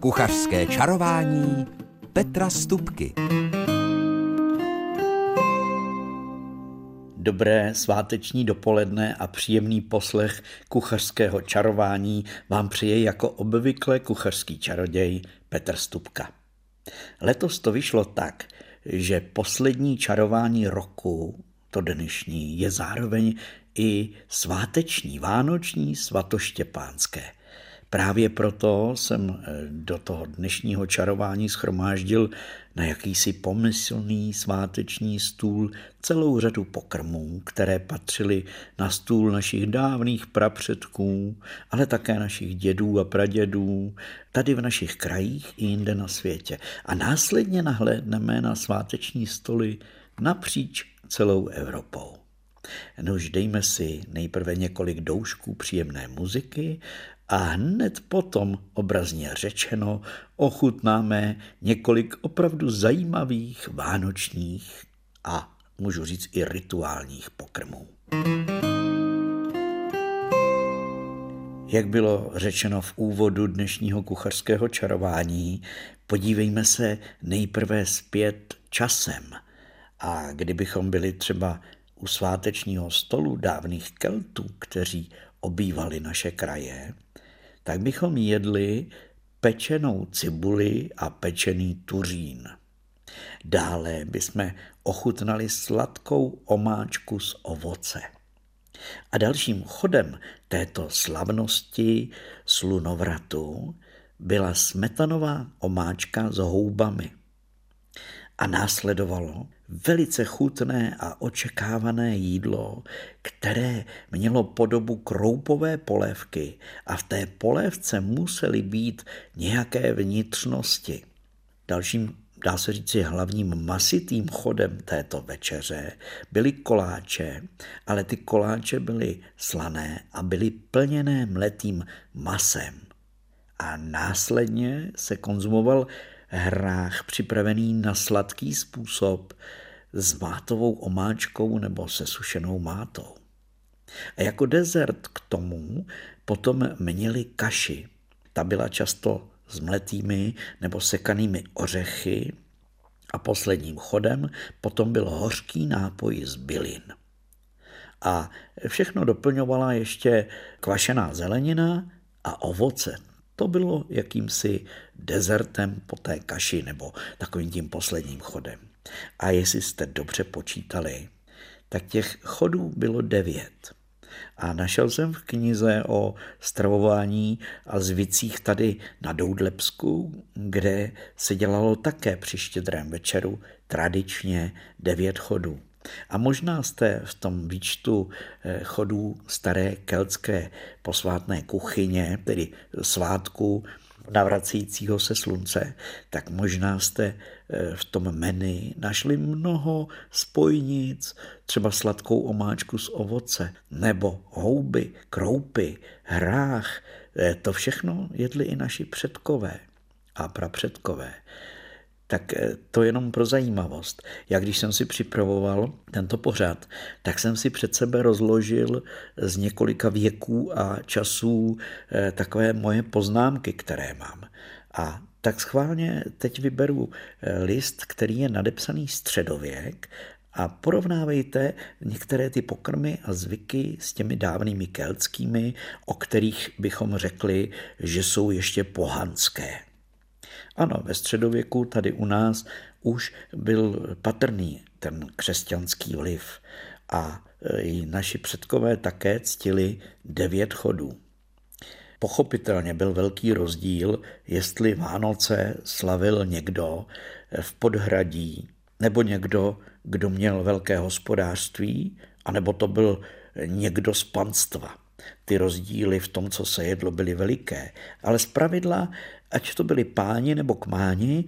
Kuchařské čarování Petra Stupky. Dobré sváteční dopoledne a příjemný poslech kuchařského čarování vám přeje jako obvykle kuchařský čaroděj Petr Stupka. Letos to vyšlo tak, že poslední čarování roku, to dnešní, je zároveň i sváteční, vánoční, svatoštěpánské. Právě proto jsem do toho dnešního čarování shromáždil na jakýsi pomyslný sváteční stůl celou řadu pokrmů, které patřily na stůl našich dávných prapředků, ale také našich dědů a pradědů, tady v našich krajích i jinde na světě. A následně nahlédneme na sváteční stoly napříč celou Evropou. Nož dejme si nejprve několik doušků příjemné muziky a hned potom, obrazně řečeno, ochutnáme několik opravdu zajímavých vánočních a můžu říct i rituálních pokrmů. Jak bylo řečeno v úvodu dnešního kuchařského čarování, podívejme se nejprve zpět časem. A kdybychom byli třeba u svátečního stolu dávných Keltů, kteří obývali naše kraje, tak bychom jedli pečenou cibuli a pečený tuřín. Dále bychom ochutnali sladkou omáčku z ovoce. A dalším chodem této slavnosti slunovratu byla smetanová omáčka s houbami. A následovalo velice chutné a očekávané jídlo, které mělo podobu kroupové polévky a v té polévce musely být nějaké vnitřnosti. Dalším, dá se říci, hlavním masitým chodem této večeře byly koláče, ale ty koláče byly slané a byly plněné mletým masem. A následně se konzumoval hrách připravený na sladký způsob s mátovou omáčkou nebo se sušenou mátou. A jako dezert k tomu potom měli kaši. Ta byla často s mletými nebo sekanými ořechy a posledním chodem potom byl hořký nápoj z bylin. A všechno doplňovala ještě kvašená zelenina a ovoce. To bylo jakýmsi dezertem po té kaši nebo takovým tím posledním chodem. A jestli jste dobře počítali, tak těch chodů bylo 9. A našel jsem v knize o stravování a zvicích tady na Doudlebsku, kde se dělalo také při štědrém večeru tradičně 9 chodů. A možná jste v tom výčtu chodů staré keltské posvátné kuchyně, tedy svátku navracejícího se slunce, tak možná jste v tom menu našli mnoho spojnic, třeba sladkou omáčku z ovoce, nebo houby, kroupy, hrách. To všechno jedli i naši předkové a prapředkové. Tak to jenom pro zajímavost. Já když jsem si připravoval tento pořad, tak jsem si před sebe rozložil z několika věků a časů takové moje poznámky, které mám. A tak schválně teď vyberu list, který je nadepsaný středověk a porovnávejte některé ty pokrmy a zvyky s těmi dávnými keltskými, o kterých bychom řekli, že jsou ještě pohanské. Ano, ve středověku tady u nás už byl patrný ten křesťanský vliv a i naši předkové také ctili 9 chodů. Pochopitelně byl velký rozdíl, jestli Vánoce slavil někdo v podhradí, nebo někdo, kdo měl velké hospodářství, anebo to byl někdo z panstva. Ty rozdíly v tom, co se jedlo, byly veliké, ale zpravidla, ať to byli páni nebo kmáni,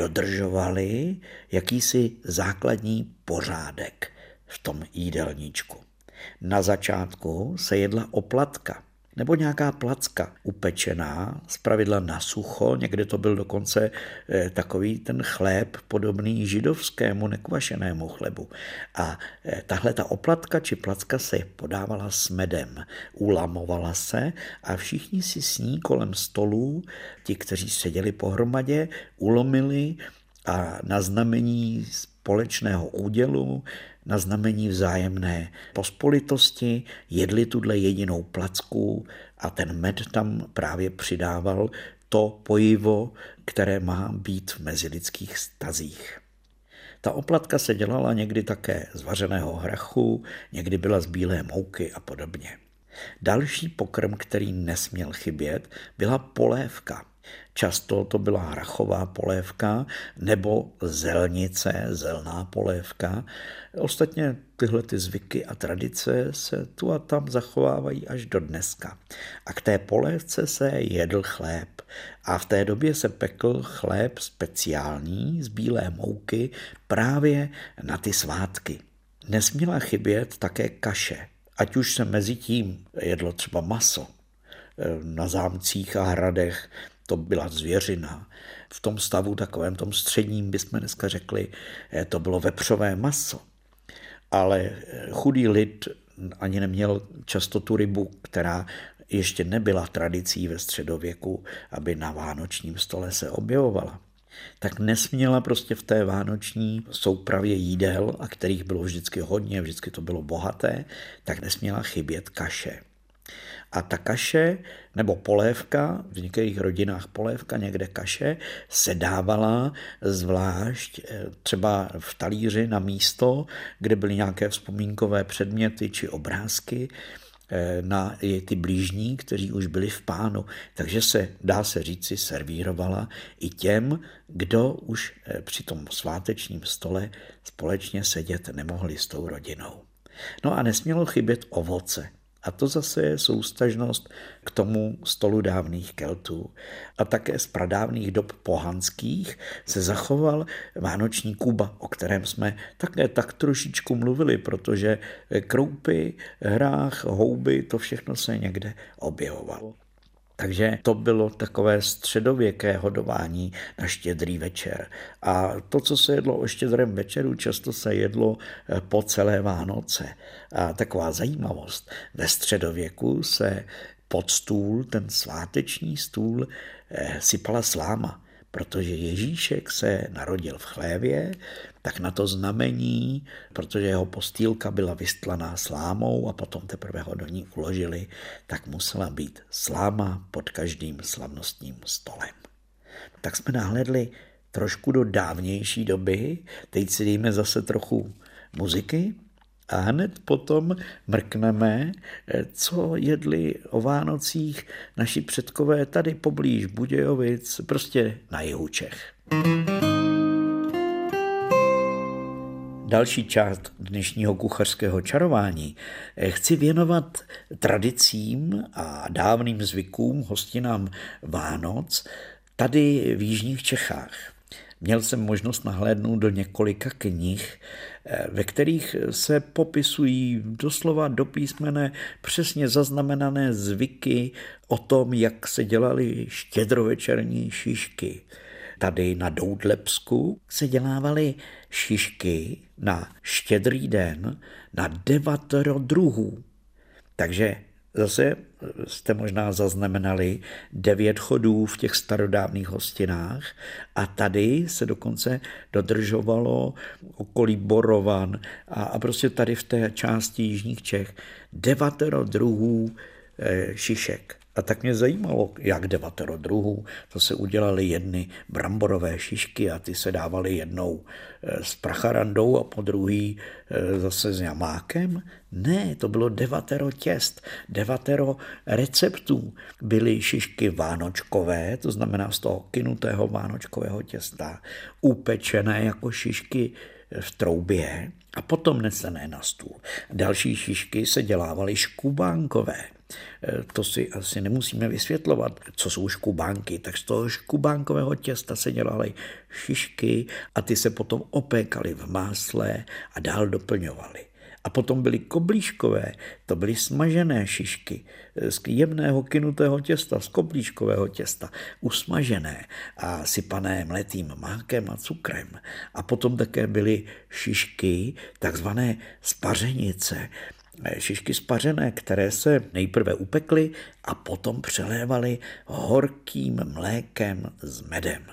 dodržovali jakýsi základní pořádek v tom jídelníčku. Na začátku se jedla oplatka nebo nějaká placka upečená, zpravidla na sucho, někde to byl dokonce takový ten chléb podobný židovskému nekvašenému chlebu. A tahle ta oplatka či placka se podávala s medem, ulamovala se a všichni si s ní kolem stolů, ti, kteří seděli pohromadě, ulomili a na znamení společného údělu, na znamení vzájemné pospolitosti jedli tuhle jedinou placku a ten med tam právě přidával to pojivo, které má být v mezilidských vztazích. Ta oplatka se dělala někdy také z vařeného hrachu, někdy byla z bílé mouky a podobně. Další pokrm, který nesměl chybět, byla polévka. Často to byla hrachová polévka nebo zelnice, zelná polévka. Ostatně tyhle ty zvyky a tradice se tu a tam zachovávají až do dneska. A k té polévce se jedl chléb. A v té době se pekl chléb speciální z bílé mouky právě na ty svátky. Nesměla chybět také kaše. Ať už se mezi tím jedlo třeba maso na zámcích a hradech, to byla zvěřina. V tom stavu takovém tom středním bychom dneska řekli, to bylo vepřové maso. Ale chudý lid ani neměl často tu rybu, která ještě nebyla tradicí ve středověku, aby na vánočním stole se objevovala. Tak nesměla prostě v té vánoční soupravě jídel, a kterých bylo vždycky hodně, vždycky to bylo bohaté, tak nesměla chybět kaše. A ta kaše, nebo polévka, v některých rodinách polévka, někde kaše, se dávala zvlášť třeba v talíři na místo, kde byly nějaké vzpomínkové předměty či obrázky na ty blížní, kteří už byli v pánu. Takže se, dá se říci, servírovala i těm, kdo už při tom svátečním stole společně sedět nemohli s tou rodinou. No a nesmělo chybět ovoce. A to zase je souvztažnost k tomu stolu dávných Keltů. A také z pradávných dob pohanských se zachoval vánoční Kuba, o kterém jsme také tak trošičku mluvili, protože kroupy, hrách, houby, to všechno se někde objevovalo. Takže to bylo takové středověké hodování na štědrý večer. A to, co se jedlo o štědrém večeru, často se jedlo po celé Vánoce. A taková zajímavost, ve středověku se pod stůl, ten sváteční stůl, sypala sláma, protože Ježíšek se narodil v chlévě, tak na to znamení, protože jeho postýlka byla vystlaná slámou a potom teprve ho do ní uložili, tak musela být sláma pod každým slavnostním stolem. Tak jsme nahlédli trošku do dávnější doby, teď si dejme zase trochu muziky a hned potom mrkneme, co jedli o Vánocích naši předkové tady poblíž Budějovic, prostě na jihu Čech. Další část dnešního kuchařského čarování chci věnovat tradicím a dávným zvykům, hostinám Vánoc tady v jižních Čechách. Měl jsem možnost nahlédnout do několika knih, ve kterých se popisují doslova do písmene přesně zaznamenané zvyky o tom, jak se dělaly štědrovečerní šišky. Tady na Doudlebsku se dělávaly šišky na Štědrý den na 9 druhů. Takže zase jste možná zaznamenali 9 chodů v těch starodávných hostinách a tady se dokonce dodržovalo okolí Borovan a prostě tady v té části jižních Čech 9 druhů šišek. A tak mě zajímalo, jak 9 druhů. To se udělali jedny bramborové šišky a ty se dávaly jednou s pracharandou a po druhý zase s jamákem. Ne, to bylo 9 těst, 9 receptů. Byly šišky vánočkové, to znamená z toho kynutého vánočkového těsta, upečené jako šišky v troubě a potom nesené na stůl. Další šišky se dělávaly škubánkové. To si asi nemusíme vysvětlovat, co jsou škubánky. Tak z toho škubánkového těsta se dělaly šišky a ty se potom opékaly v másle a dál doplňovaly. A potom byly koblížkové, to byly smažené šišky z jemného kynutého těsta, z koblížkového těsta, usmažené a sypané mletým mákem a cukrem. A potom také byly šišky, takzvané spařenice, šišky spařené, které se nejprve upekly a potom přelévaly horkým mlékem s medem.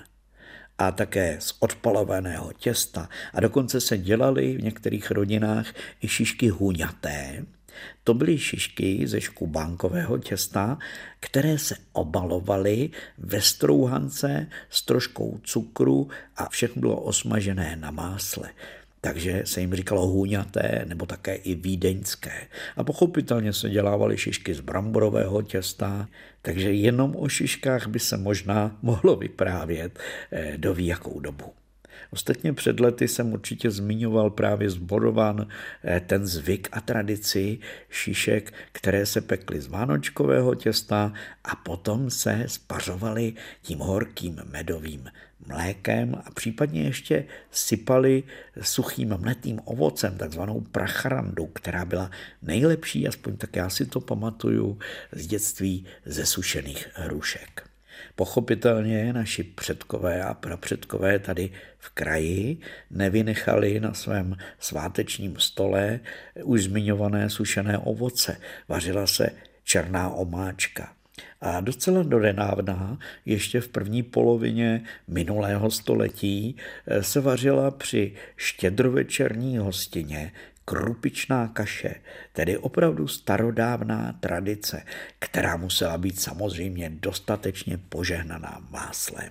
A také z odpalovaného těsta. A dokonce se dělaly v některých rodinách i šišky huňaté. To byly šišky ze škubánkového těsta, které se obalovaly ve strouhance s troškou cukru a všechno bylo osmažené na másle. Takže se jim říkalo hůňaté nebo také i vídeňské. A pochopitelně se dělávaly šišky z bramborového těsta, takže jenom o šiškách by se možná mohlo vyprávět do ví jakou dobu. Ostatně před lety jsem určitě zmiňoval právě z Bodovan ten zvyk a tradici šišek, které se pekly z vánočkového těsta a potom se spařovaly tím horkým medovým mlékem a případně ještě sypali suchým mletým ovocem, takzvanou pracharandu, která byla nejlepší, aspoň tak já si to pamatuju z dětství, ze sušených hrušek. Pochopitelně naši předkové a prapředkové tady v kraji nevynechali na svém svátečním stole už zmiňované sušené ovoce. Vařila se černá omáčka. A docela donedávna, ještě v první polovině minulého století, se vařila při štědrovečerní hostině krupičná kaše, tedy opravdu starodávná tradice, která musela být samozřejmě dostatečně požehnaná máslem.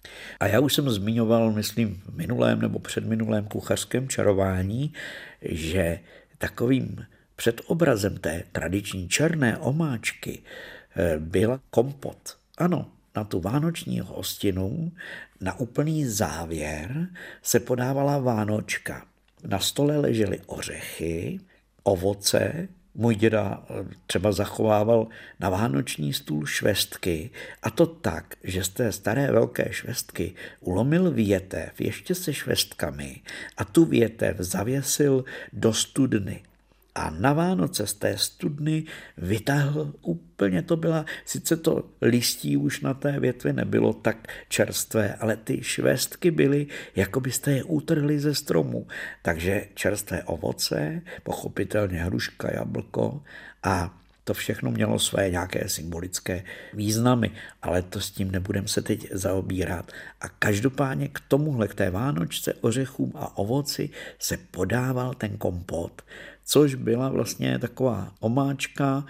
A já už jsem zmiňoval, myslím, v minulém nebo předminulém kuchařském čarování, že takovým předobrazem té tradiční černé omáčky byla kompot. Ano, na tu vánoční hostinu, na úplný závěr se podávala vánočka. Na stole ležely ořechy, ovoce, můj děda třeba zachovával na vánoční stůl švestky a to tak, že z té staré velké švestky ulomil větev ještě se švestkami a tu větev zavěsil do studny. A na Vánoce z té studny vytáhl úplně, to byla, sice to listí už na té větvi nebylo tak čerstvé, ale ty švestky byly, jako byste je utrhli ze stromu. Takže čerstvé ovoce, pochopitelně hruška, jablko a to všechno mělo své nějaké symbolické významy, ale to s tím nebudeme se teď zaobírat. A každopádně k tomuhle, k té vánočce, ořechům a ovoci se podával ten kompot, což byla vlastně taková omáčka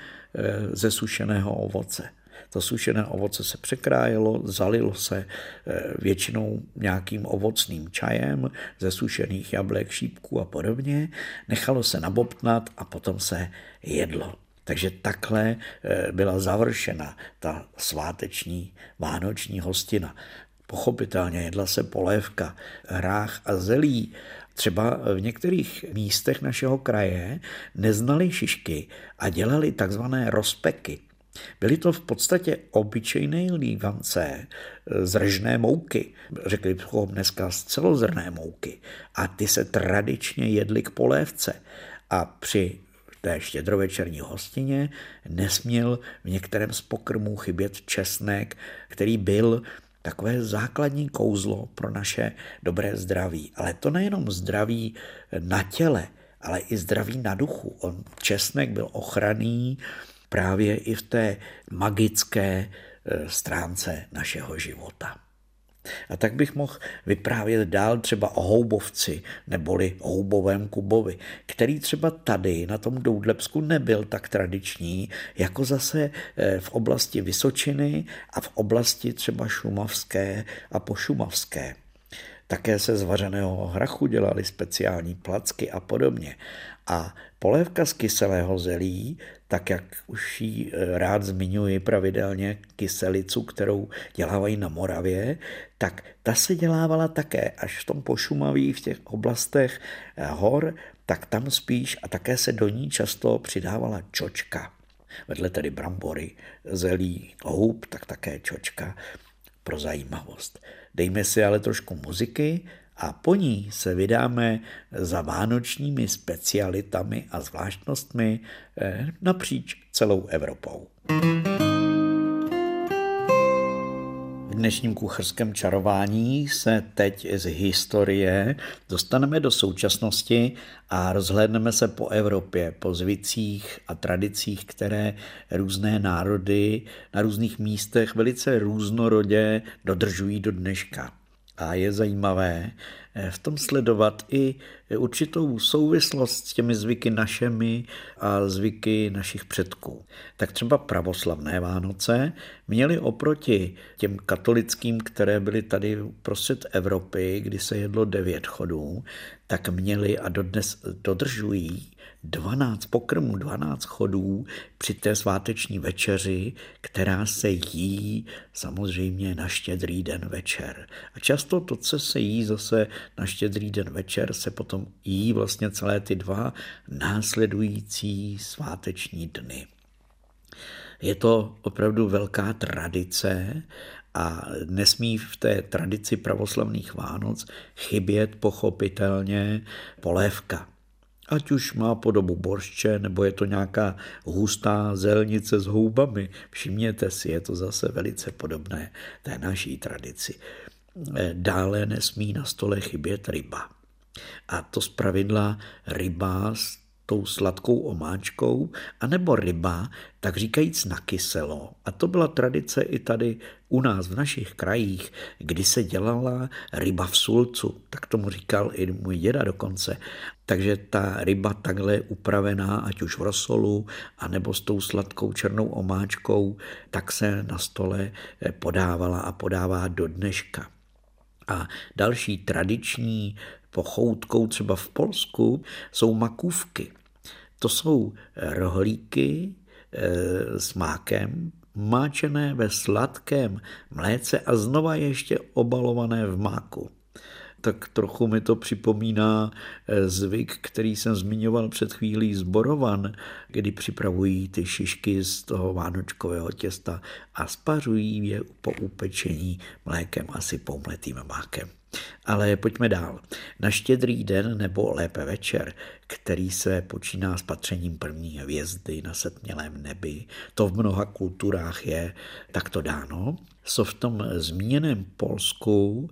ze sušeného ovoce. To sušené ovoce se překrájelo, zalilo se většinou nějakým ovocným čajem ze sušených jablek, šípků a podobně, nechalo se nabobtnat a potom se jedlo. Takže takhle byla završena ta sváteční vánoční hostina. Pochopitelně jedla se polévka, hrách a zelí. Třeba v některých místech našeho kraje neznali šišky a dělali takzvané rozpeky. Byly to v podstatě obyčejné lívance z ržné mouky, řekli bychom dneska z celozrnné mouky. A ty se tradičně jedly k polévce. A při té štědrovečerní hostině nesměl v některém z pokrmů chybět česnek, který byl takové základní kouzlo pro naše dobré zdraví. Ale to nejenom zdraví na těle, ale i zdraví na duchu. Česnek byl ochranný právě i v té magické stránce našeho života. A tak bych mohl vyprávět dál třeba o houbovci neboli o houbovém Kubovi, který třeba tady na tom Doudlebsku nebyl tak tradiční, jako zase v oblasti Vysočiny a v oblasti třeba šumavské a pošumavské. Také se z vařeného hrachu dělaly speciální placky a podobně. A polévka z kyselého zelí, tak jak už ji rád zmiňuji pravidelně, kyselicu, kterou dělávají na Moravě, tak ta se dělávala také až v tom Pošumaví, v těch oblastech hor, tak tam spíš a také se do ní často přidávala čočka. Vedle tedy brambory, zelí, houb, tak také čočka pro zajímavost. Dejme si ale trošku muziky a po ní se vydáme za vánočními specialitami a zvláštnostmi napříč celou Evropou. V dnešním kuchařském čarování se teď z historie dostaneme do současnosti a rozhlédneme se po Evropě, po zvycích a tradicích, které různé národy na různých místech velice různorodě dodržují do dneška. A je zajímavé v tom sledovat i určitou souvislost s těmi zvyky našimi a zvyky našich předků. Tak třeba pravoslavné Vánoce měly oproti těm katolickým, které byly tady prostřed Evropy, kdy se jedlo 9 chodů, tak měli a dodnes dodržují 12 pokrmů, 12 chodů při té sváteční večeři, která se jí samozřejmě na Štědrý den večer. A často to, co se jí zase na Štědrý den večer, se potom jí vlastně celé ty 2 následující sváteční dny. Je to opravdu velká tradice a nesmí v té tradici pravoslavných Vánoc chybět pochopitelně polévka. Ať už má podobu boršče, nebo je to nějaká hustá zelnice s houbami. Všimněte si, je to zase velice podobné té naší tradici. Dále nesmí na stole chybět ryba. A to zpravidla ryba s tou sladkou omáčkou, anebo ryba, tak říkajíc na kyselo. A to byla tradice i tady u nás v našich krajích, kdy se dělala ryba v sulcu. Tak tomu říkal i můj děda dokonce. Takže ta ryba takhle upravená, ať už v rosolu, anebo s tou sladkou černou omáčkou, tak se na stole podávala a podává do dneška. A další tradiční pochoutkou třeba v Polsku jsou makůvky. To jsou rohlíky s mákem, máčené ve sladkém mléce a znova ještě obalované v máku. Tak trochu mi to připomíná zvyk, který jsem zmiňoval před chvílí z Borovan, kdy připravují ty šišky z toho vánočkového těsta a spařují je po upečení mlékem a sypou mletým mákem. Ale pojďme dál. Na Štědrý den, nebo lépe večer, který se počíná s patřením první hvězdy na setmělém nebi, to v mnoha kulturách je takto dáno, co v tom zmíněném Polsku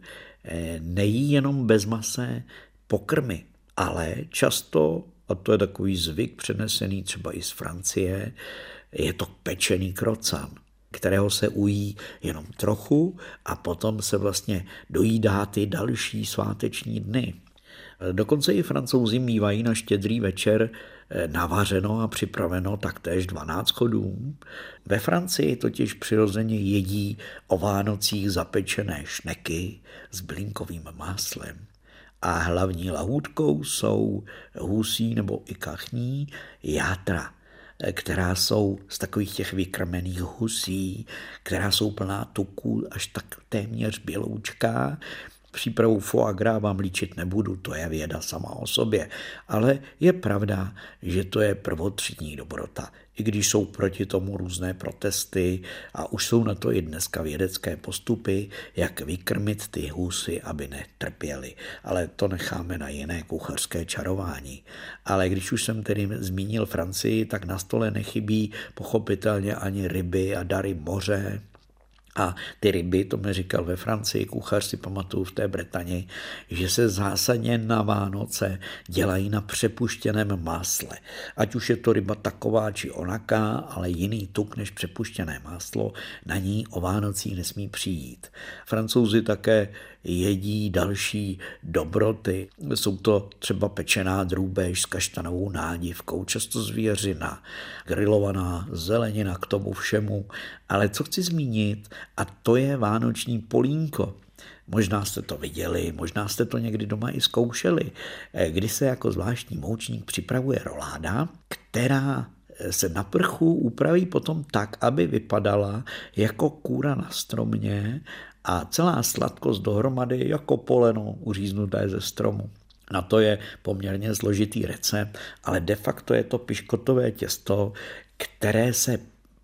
nejí jenom bezmasé pokrmy, ale často, a to je takový zvyk přenesený třeba i z Francie, je to pečený krocan, kterého se ují jenom trochu a potom se vlastně dojídá ty další sváteční dny. Dokonce i Francouzi mívají na Štědrý večer navařeno a připraveno taktéž 12 chodů. Ve Francii totiž přirozeně jedí o Vánocích zapečené šneky s bylinkovým máslem. A hlavní lahůdkou jsou husí nebo i kachní játra, která jsou z takových těch vykrmených husí, která jsou plná tuků, až tak téměř běloučká. Přípravu foie gras vám líčit nebudu, to je věda sama o sobě, ale je pravda, že to je prvotřídní dobrota, i když jsou proti tomu různé protesty a už jsou na to i dneska vědecké postupy, jak vykrmit ty husy, aby netrpěly. Ale to necháme na jiné kuchařské čarování. Ale když už jsem tedy zmínil Francii, tak na stole nechybí pochopitelně ani ryby a dary moře. A ty ryby, to mi říkal ve Francii kuchař, si pamatuju v té Bretani, že se zásadně na Vánoce dělají na přepuštěném másle. Ať už je to ryba taková či onaká, ale jiný tuk než přepuštěné máslo na ní o Vánocích nesmí přijít. Francouzi také jedí další dobroty. Jsou to třeba pečená drůbež s kaštanovou nádivkou, často zvěřina, grilovaná zelenina k tomu všemu. Ale co chci zmínit, a to je vánoční polínko. Možná jste to viděli, možná jste to někdy doma i zkoušeli, kdy se jako zvláštní moučník připravuje roláda, která se na prchu upraví potom tak, aby vypadala jako kůra na stromě a celá sladkost dohromady jako poleno uříznuté ze stromu. Na to je poměrně složitý recept, ale de facto je to piškotové těsto, které se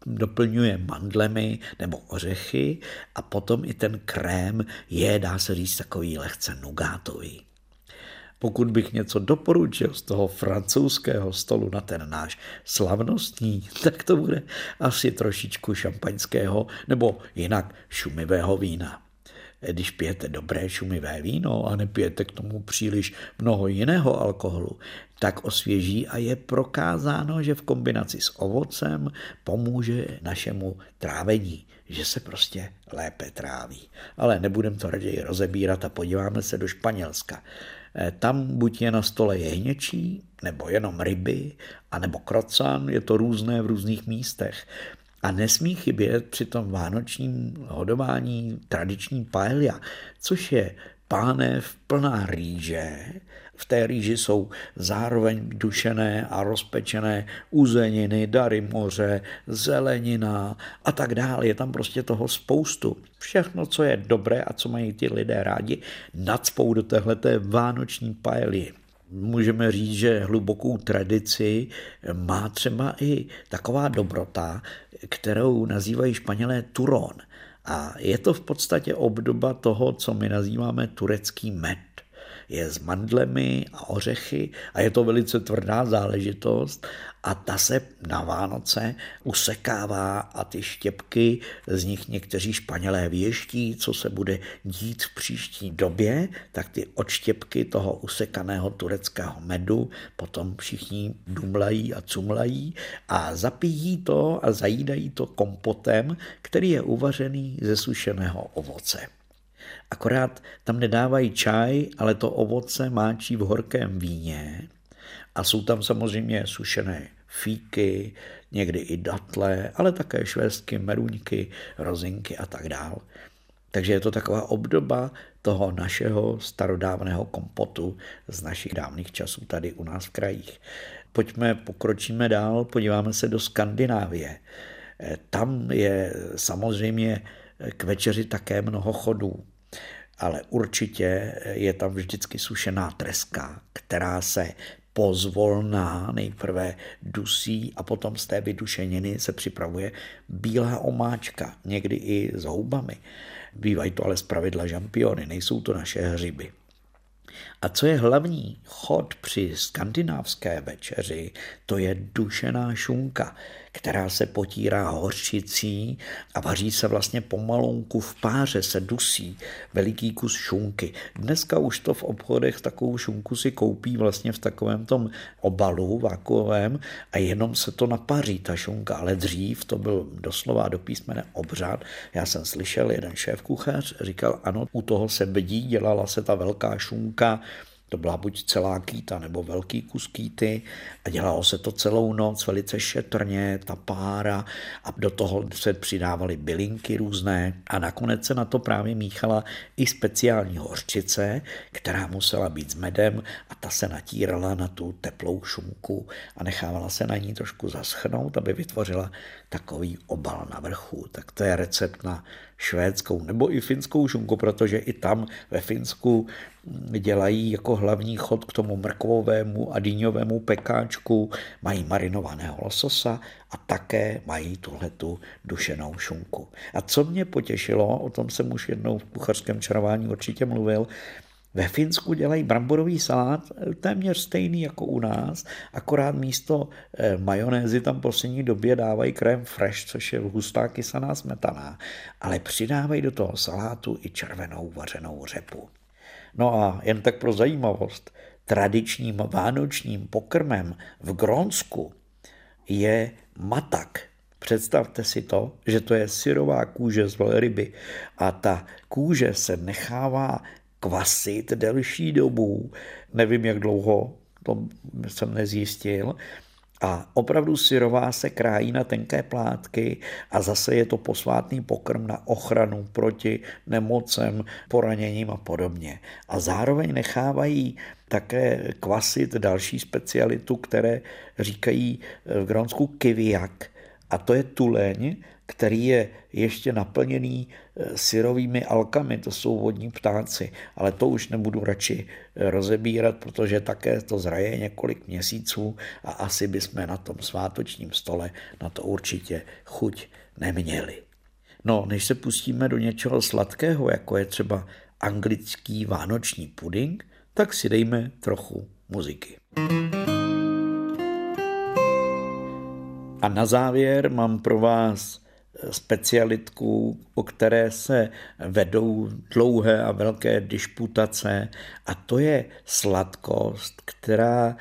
doplňuje mandlemi nebo ořechy a potom i ten krém je, dá se říct, takový lehce nugátový. Pokud bych něco doporučil z toho francouzského stolu na ten náš slavnostní, tak to bude asi trošičku šampaňského nebo jinak šumivého vína. Když pijete dobré šumivé víno a nepijete k tomu příliš mnoho jiného alkoholu, tak osvěží a je prokázáno, že v kombinaci s ovocem pomůže našemu trávení, že se prostě lépe tráví. Ale nebudem to raději rozebírat a podíváme se do Španělska. Tam buď je na stole jehněčí, nebo jenom ryby, anebo krocan, je to různé v různých místech. A nesmí chybět při tom vánočním hodování tradiční paella, což je pánev plná rýže. V té rýži jsou zároveň dušené a rozpečené uzeniny, dary moře, zelenina a tak dále. Je tam prostě toho spoustu. Všechno, co je dobré a co mají ti lidé rádi, nacpou do téhleté vánoční paely. Můžeme říct, že hlubokou tradici má třeba i taková dobrota, kterou nazývají Španělé turón. A je to v podstatě obdoba toho, co my nazýváme turecký med. Je s mandlemi a ořechy a je to velice tvrdá záležitost a ta se na Vánoce usekává a ty štěpky, z nich někteří Španělé věští, co se bude dít v příští době, tak ty odštěpky toho usekaného tureckého medu potom všichni dumlají a cumlají a zapijí to a zajídají to kompotem, který je uvařený ze sušeného ovoce. Akorát tam nedávají čaj, ale to ovoce máčí v horkém víně a jsou tam samozřejmě sušené fíky, někdy i datle, ale také švestky, meruňky, rozinky a tak dál. Takže je to taková obdoba toho našeho starodávného kompotu z našich dávných časů tady u nás v krajích. Pokročíme dál, podíváme se do Skandinávie. Tam je samozřejmě k večeři také mnoho chodů. Ale určitě je tam vždycky sušená treska, která se pozvolna nejprve dusí a potom z té vydušeniny se připravuje bílá omáčka, někdy i s houbami. Bývají to ale zpravidla žampiony, nejsou to naše hřiby. A co je hlavní chod při skandinávské večeři, to je dušená šunka, která se potírá hořčicí a vaří se vlastně pomalonku v páře, se dusí veliký kus šunky. Dneska už to v obchodech takovou šunku si koupí vlastně v takovém tom obalu vákuovém a jenom se to napaří, ta šunka, ale dřív to byl doslova do písmene obřad. Já jsem slyšel, jeden šéfkuchař říkal, ano, u toho se bdí, dělala se ta velká šunka, to byla buď celá kýta nebo velký kus kýty a dělalo se to celou noc velice šetrně, ta pára a do toho se přidávaly bylinky různé a nakonec se na to právě míchala i speciální hořčice, která musela být s medem a ta se natírala na tu teplou šunku a nechávala se na ní trošku zaschnout, aby vytvořila takový obal na vrchu. Tak to je recept na švédskou nebo i finskou šunku, protože i tam ve Finsku dělají jako hlavní chod k tomu mrkvovému a dýňovému pekáčku, mají marinovaného lososa a také mají tuhletu dušenou šunku. A co mě potěšilo, o tom jsem už jednou v kuchařském čarování určitě mluvil, ve Finsku dělají bramborový salát téměř stejný jako u nás, akorát místo majonézy tam v poslední době dávají krém fresh, což je hustá kysaná smetana, ale přidávají do toho salátu i červenou vařenou řepu. No a jen tak pro zajímavost, tradičním vánočním pokrmem v Grónsku je matak. Představte si to, že to je syrová kůže z velryby a ta kůže se nechává kvasit delší dobu, nevím jak dlouho, to jsem nezjistil, a opravdu syrová se krájí na tenké plátky a zase je to posvátný pokrm na ochranu proti nemocem, poraněním a podobně. A zároveň nechávají také kvasit další specialitu, které říkají v Grónsku kiviak. A to je tuleň, který je ještě naplněný syrovými alkami, to jsou vodní ptáci, ale to už nebudu radši rozebírat, protože také to zraje několik měsíců a asi bychom na tom svátočním stole na to určitě chuť neměli. No, než se pustíme do něčeho sladkého, jako je třeba anglický vánoční puding, tak si dejme trochu muziky. A na závěr mám pro vás specialitku, o které se vedou dlouhé a velké disputace, a to je sladkost, která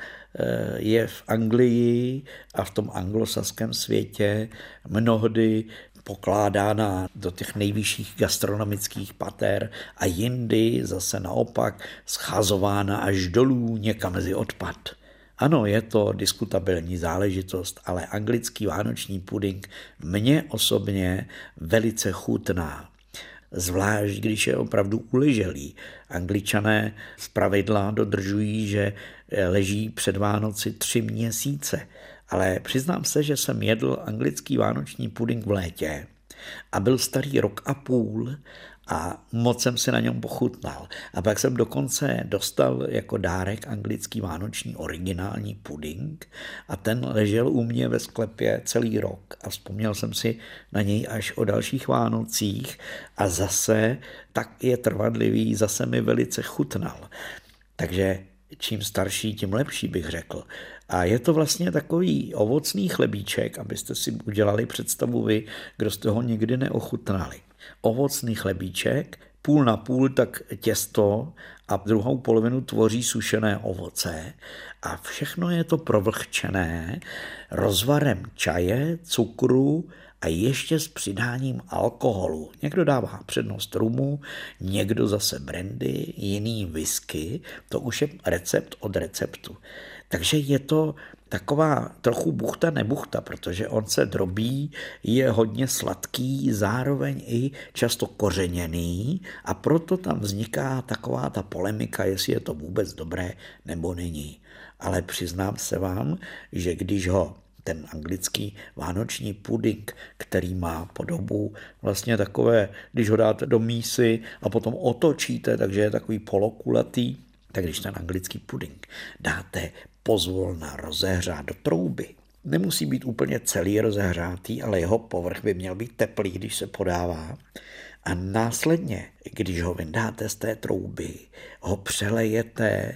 je v Anglii a v tom anglosaském světě mnohdy pokládána do těch nejvyšších gastronomických pater a jindy zase naopak schazována až dolů někam mezi odpad. Ano, je to diskutabilní záležitost, ale anglický vánoční puding mně osobně velice chutná. Zvlášť, když je opravdu uleželý. Angličané zpravidla dodržují, že leží před Vánoci 3 měsíce. Ale přiznám se, že jsem jedl anglický vánoční puding v létě a byl starý 1,5 roku a moc jsem si na něm pochutnal. A pak jsem dokonce dostal jako dárek anglický vánoční originální puding a ten ležel u mě ve sklepě celý rok a vzpomněl jsem si na něj až o dalších Vánocích a zase tak je trvanlivý, zase mi velice chutnal. Takže čím starší, tím lepší, bych řekl. A je to vlastně takový ovocný chlebíček, abyste si udělali představu vy, kdo jste ho nikdy neochutnali. Ovocný chlebíček, půl na půl tak těsto a druhou polovinu tvoří sušené ovoce a všechno je to provlhčené rozvarem čaje, cukru a ještě s přidáním alkoholu. Někdo dává přednost rumu, někdo zase brandy, jiný whisky, to už je recept od receptu. Takže je to taková trochu buchta nebuchta, protože on se drobí, je hodně sladký, zároveň i často kořeněný a proto tam vzniká taková ta polemika, jestli je to vůbec dobré nebo není. Ale přiznám se vám, že když ho ten anglický vánoční puding, který má podobu vlastně takové, když ho dáte do mísy a potom otočíte, takže je takový polokulatý, tak když ten anglický puding dáte pozvolna rozehřát do trouby, nemusí být úplně celý rozehřátý, ale jeho povrch by měl být teplý, když se podává. A následně, když ho vyndáte z té trouby, ho přelejete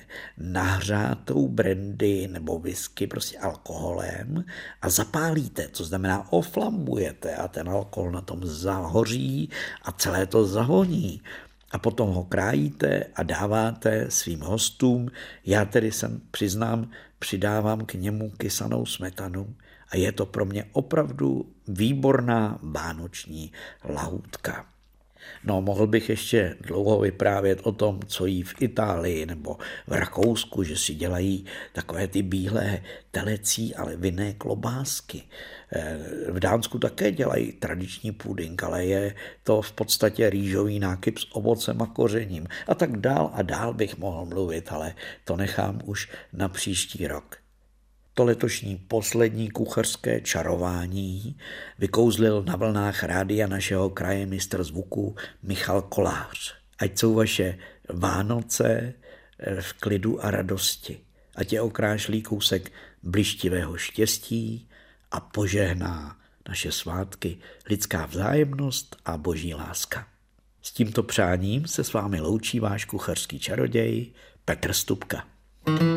nahřátou brandy nebo whisky, prostě alkoholem a zapálíte, to znamená oflambujete a ten alkohol na tom zahoří a celé to zavoní. A potom ho krájíte a dáváte svým hostům. Já tedy přiznám, přidávám k němu kysanou smetanu a je to pro mě opravdu výborná vánoční lahůdka. No, mohl bych ještě dlouho vyprávět o tom, co jí v Itálii nebo v Rakousku, že si dělají takové ty bílé telecí, ale vinné klobásky. V Dánsku také dělají tradiční puding, ale je to v podstatě rýžový nákyp s ovocem a kořením. A tak dál a dál bych mohl mluvit, ale to nechám už na příští rok. To letošní poslední kuchařské čarování vykouzlil na vlnách rádia našeho kraje mistr zvuku Michal Kolář. Ať jsou vaše Vánoce v klidu a radosti. Ať je okrášlí kousek blištivého štěstí a požehná naše svátky lidská vzájemnost a boží láska. S tímto přáním se s vámi loučí váš kuchařský čaroděj Petr Stupka.